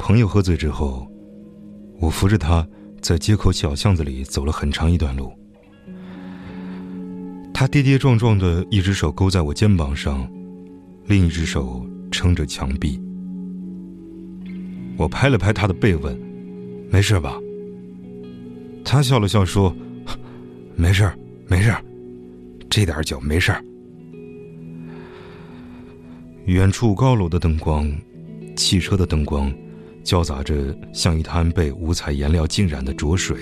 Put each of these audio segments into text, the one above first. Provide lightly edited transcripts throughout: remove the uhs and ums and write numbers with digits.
朋友喝醉之后，我扶着他在街口小巷子里走了很长一段路。他跌跌撞撞的，一只手勾在我肩膀上，另一只手撑着墙壁。我拍了拍他的背问：没事吧？他笑了笑说：没事儿，没事儿，这点酒没事儿。远处高楼的灯光，汽车的灯光，交杂着像一滩被五彩颜料浸染的浊水。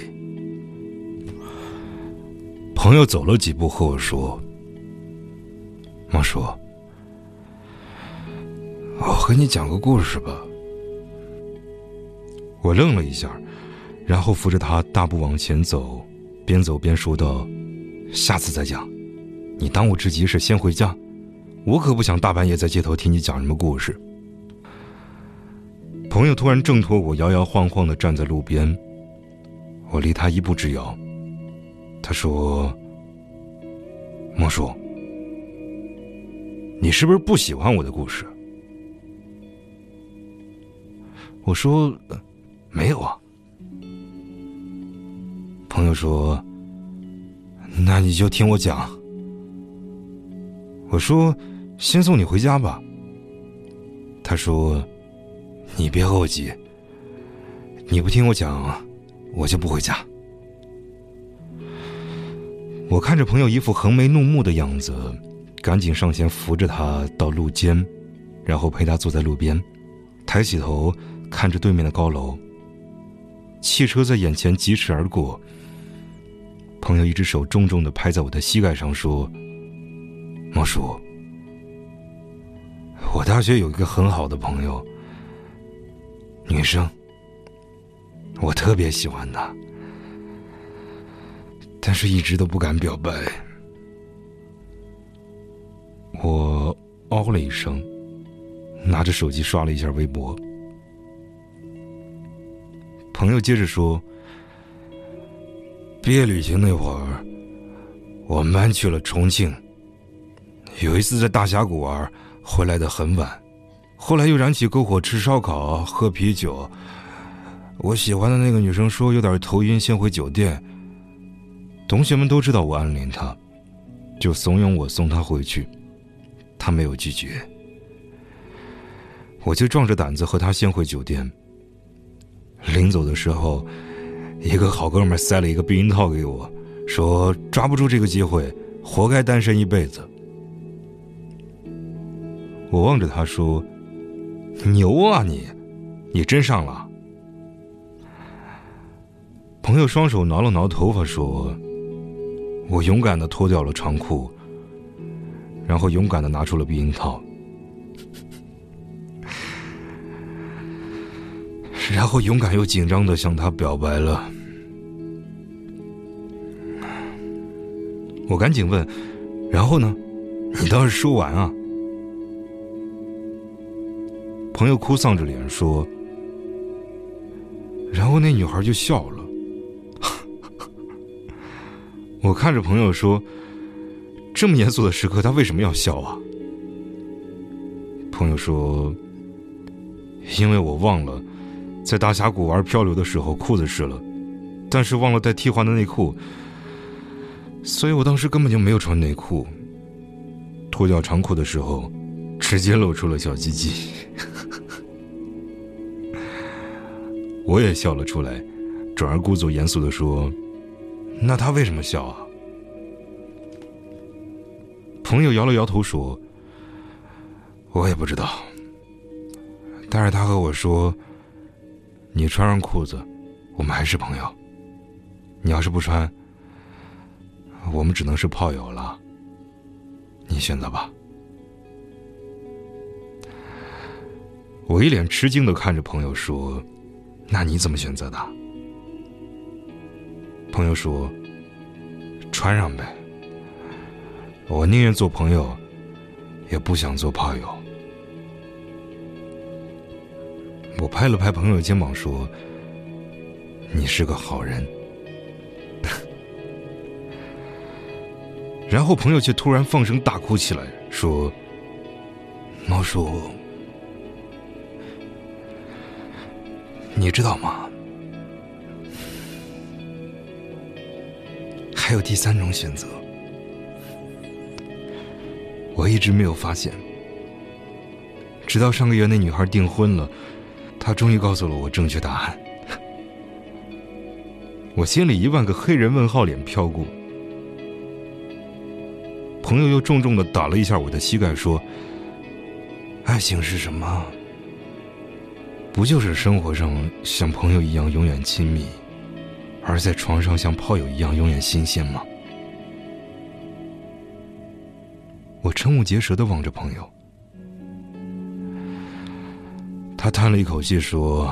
朋友走了几步和我说：毛叔，我和你讲个故事吧。我愣了一下，然后扶着他大步往前走，边走边说道：下次再讲，你当务之急是先回家，我可不想大半夜在街头听你讲什么故事。朋友突然挣脱我，摇摇晃晃地站在路边，我离他一步之遥。他说：莫叔，你是不是不喜欢我的故事？我说：没有啊。朋友说：那你就听我讲。我说：先送你回家吧。他说：你别和我急，你不听我讲，我就不回家。我看着朋友一副横眉怒目的样子，赶紧上前扶着他到路肩，然后陪他坐在路边，抬起头看着对面的高楼。汽车在眼前疾驰而过，朋友一只手重重地拍在我的膝盖上说：毛叔，我大学有一个很好的朋友，女生，我特别喜欢她，但是一直都不敢表白。我哦了一声，拿着手机刷了一下微博。朋友接着说：毕业旅行那会儿，我们班去了重庆，有一次在大峡谷玩，回来的很晚，后来又燃起篝火吃烧烤喝啤酒。我喜欢的那个女生说有点头晕，先回酒店。同学们都知道我暗恋她，就怂恿我送她回去，她没有拒绝。我就壮着胆子和她先回酒店。临走的时候，一个好哥们塞了一个避孕套给我，说抓不住这个机会，活该单身一辈子。我望着他说：牛啊你真上了。朋友双手挠了挠头发说：我勇敢地脱掉了长裤，然后勇敢地拿出了避孕套，然后勇敢又紧张地向他表白了。我赶紧问：然后呢？你倒是说完啊。朋友哭丧着脸说：然后那女孩就笑了。我看着朋友说：这么严肃的时刻，她为什么要笑啊？朋友说：因为我忘了在大峡谷玩漂流的时候裤子湿了，但是忘了带替换的内裤，所以我当时根本就没有穿内裤，脱掉长裤的时候直接露出了小鸡鸡。我也笑了出来，转而故作严肃地说：那他为什么笑啊？朋友摇了摇头说：我也不知道，但是他和我说，你穿上裤子，我们还是朋友，你要是不穿，我们只能是炮友了，你选择吧。我一脸吃惊地看着朋友说：那你怎么选择的？朋友说：穿上呗，我宁愿做朋友，也不想做炮友。我拍了拍朋友肩膀说：你是个好人。然后朋友却突然放声大哭起来，说：毛叔， 你知道吗？还有第三种选择，我一直没有发现，直到上个月那女孩订婚了，她终于告诉了我正确答案。我心里1万个黑人问号脸飘过。朋友又重重地打了一下我的膝盖，说：爱情是什么？不就是生活上像朋友一样永远亲密，而在床上像炮友一样永远新鲜吗？我瞠目结舌地望着朋友，他叹了一口气说：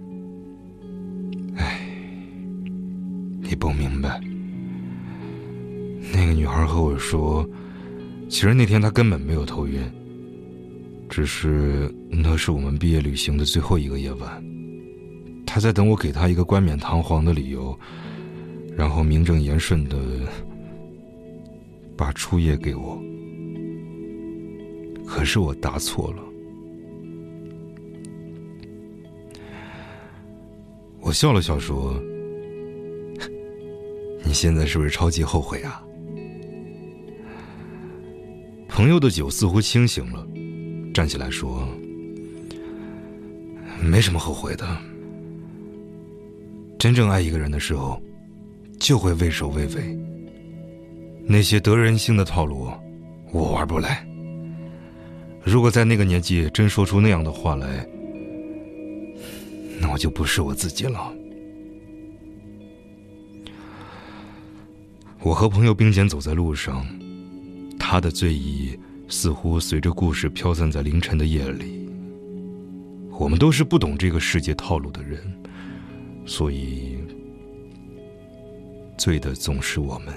哎，你不明白。那个女孩和我说，其实那天她根本没有头晕，只是那是我们毕业旅行的最后一个夜晚，她在等我给她一个冠冕堂皇的理由，然后名正言顺地把初夜给我。可是我答错了。我笑了笑说：你现在是不是超级后悔啊？朋友的酒似乎清醒了，站起来说：没什么后悔的。真正爱一个人的时候，就会畏首畏尾。那些得人心的套路，我玩不来。如果在那个年纪真说出那样的话来，那我就不是我自己了。我和朋友并肩走在路上，他的醉意似乎随着故事飘散在凌晨的夜里。我们都是不懂这个世界套路的人，所以醉的总是我们。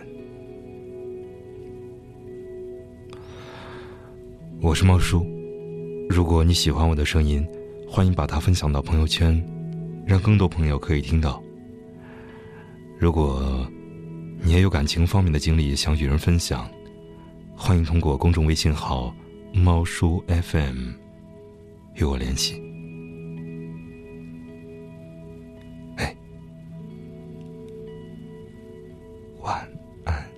我是猫叔，如果你喜欢我的声音，欢迎把它分享到朋友圈，让更多朋友可以听到。如果你也有感情方面的经历想与人分享，欢迎通过公众微信号猫叔 FM 与我联系。晚安。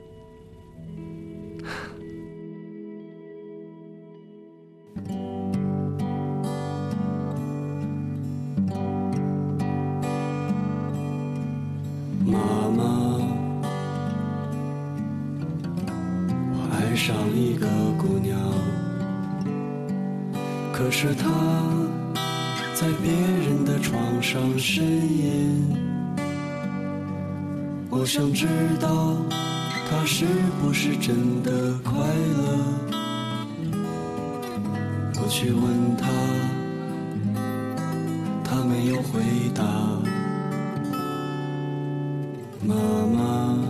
妈妈，我爱上一个姑娘，可是她在别人的床上呻吟。我想知道她是不是真的快乐，我去问她，她没有回答。妈妈，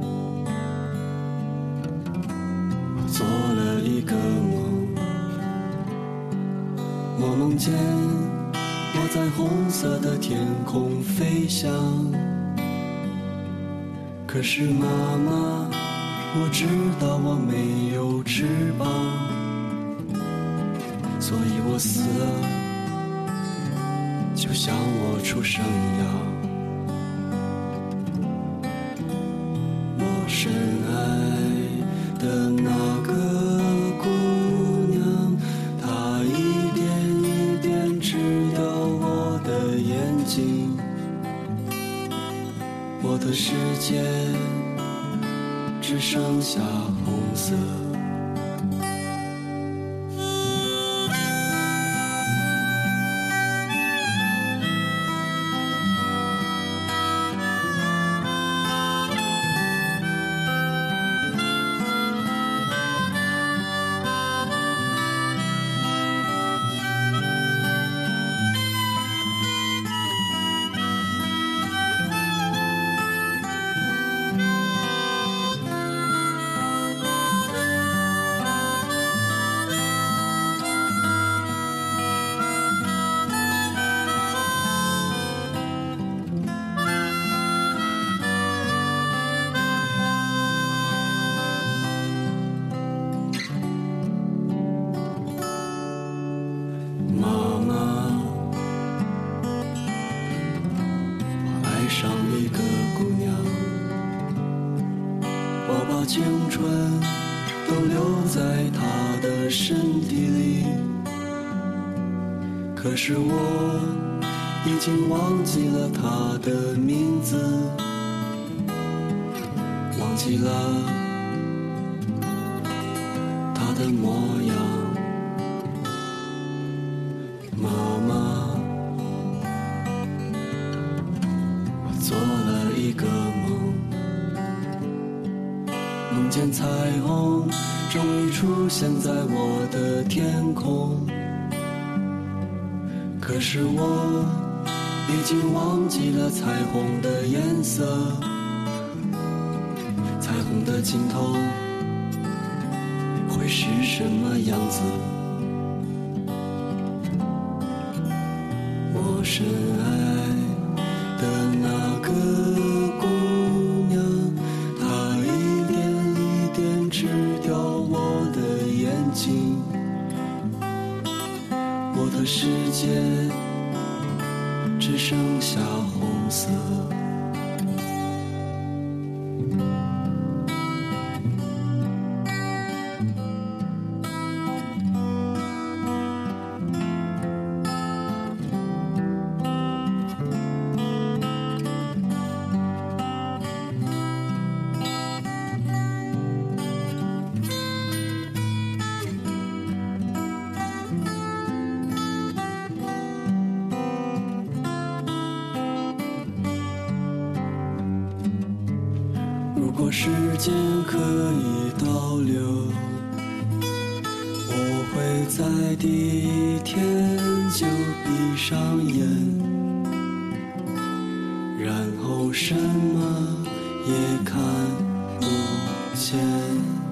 我做了一个梦，我梦见我在红色的天空飞翔。可是妈妈，我知道我没有翅膀，所以我死了，就像我出生一样。我深爱的那个姑娘，她一点一点吃掉我的眼睛，我的世界只剩下红色。 爱上一个姑娘，我把青春都留在她的身体里，可是我已经忘记了她的名字，忘记了她的模样。妈妈，我做了一个梦，梦见彩虹终于出现在我的天空，可是我已经忘记了彩虹的颜色，彩虹的尽头会是什么样子？我深爱的那个姑娘，她一点一点吃掉我的眼睛，我的世界只剩下红色。如果时间可以倒流，我会在第一天就闭上眼，然后什么也看不见。